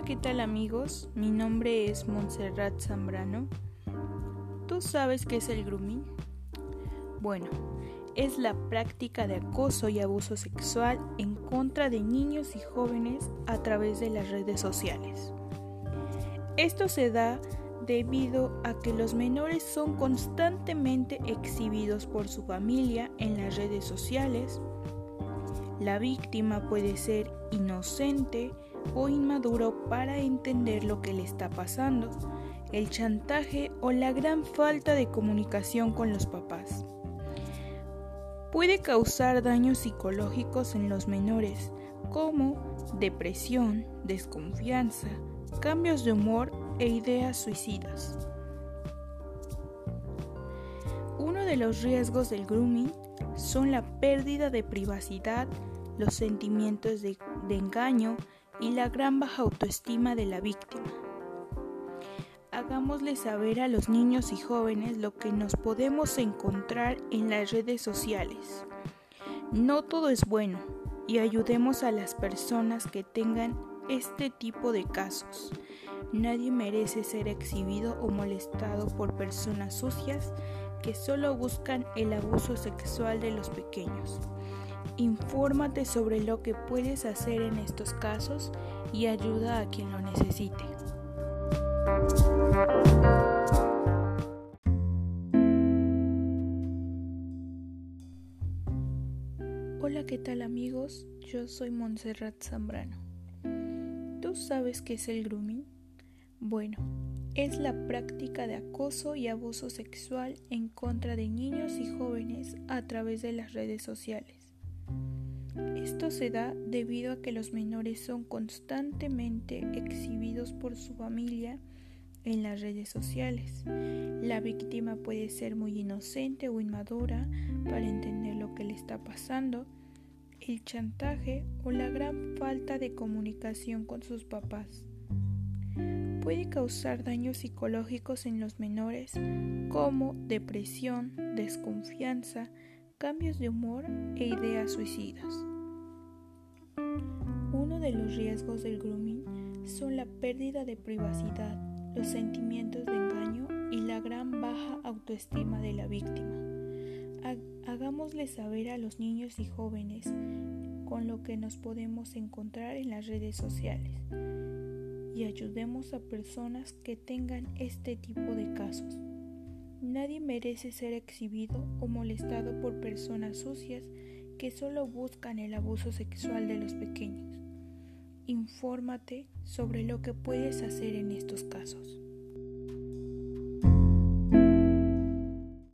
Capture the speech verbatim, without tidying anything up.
¿qué tal amigos? Mi nombre es Montserrat Zambrano. ¿Tú sabes qué es el grooming? Bueno, es la práctica de acoso y abuso sexual en contra de niños y jóvenes a través de las redes sociales. Esto se da debido a que los menores son constantemente exhibidos por su familia en las redes sociales. La víctima puede ser inocente o inmaduro para entender lo que le está pasando, el chantaje o la gran falta de comunicación con los papás. Puede causar daños psicológicos en los menores, como depresión, desconfianza, cambios de humor e ideas suicidas. Uno de los riesgos del grooming son la pérdida de privacidad, los sentimientos de, de engaño y la gran baja autoestima de la víctima. Hagámosle saber a los niños y jóvenes lo que nos podemos encontrar en las redes sociales. No todo es bueno y ayudemos a las personas que tengan este tipo de casos. Nadie merece ser exhibido o molestado por personas sucias que solo buscan el abuso sexual de los pequeños. Infórmate sobre lo que puedes hacer en estos casos y ayuda a quien lo necesite. Hola, ¿qué tal amigos? Yo soy Montserrat Zambrano. ¿Tú sabes qué es el grooming? Bueno, es la práctica de acoso y abuso sexual en contra de niños y jóvenes a través de las redes sociales. Esto se da debido a que los menores son constantemente exhibidos por su familia en las redes sociales. La víctima puede ser muy inocente o inmadura para entender lo que le está pasando, el chantaje o la gran falta de comunicación con sus papás. Puede causar daños psicológicos en los menores como depresión, desconfianza, cambios de humor e ideas suicidas. Uno de los riesgos del grooming son la pérdida de privacidad, los sentimientos de engaño y la gran baja autoestima de la víctima. Hagámosle saber a los niños y jóvenes con lo que nos podemos encontrar en las redes sociales y ayudemos a personas que tengan este tipo de casos. Nadie merece ser exhibido o molestado por personas sucias que solo buscan el abuso sexual de los pequeños. Infórmate sobre lo que puedes hacer en estos casos.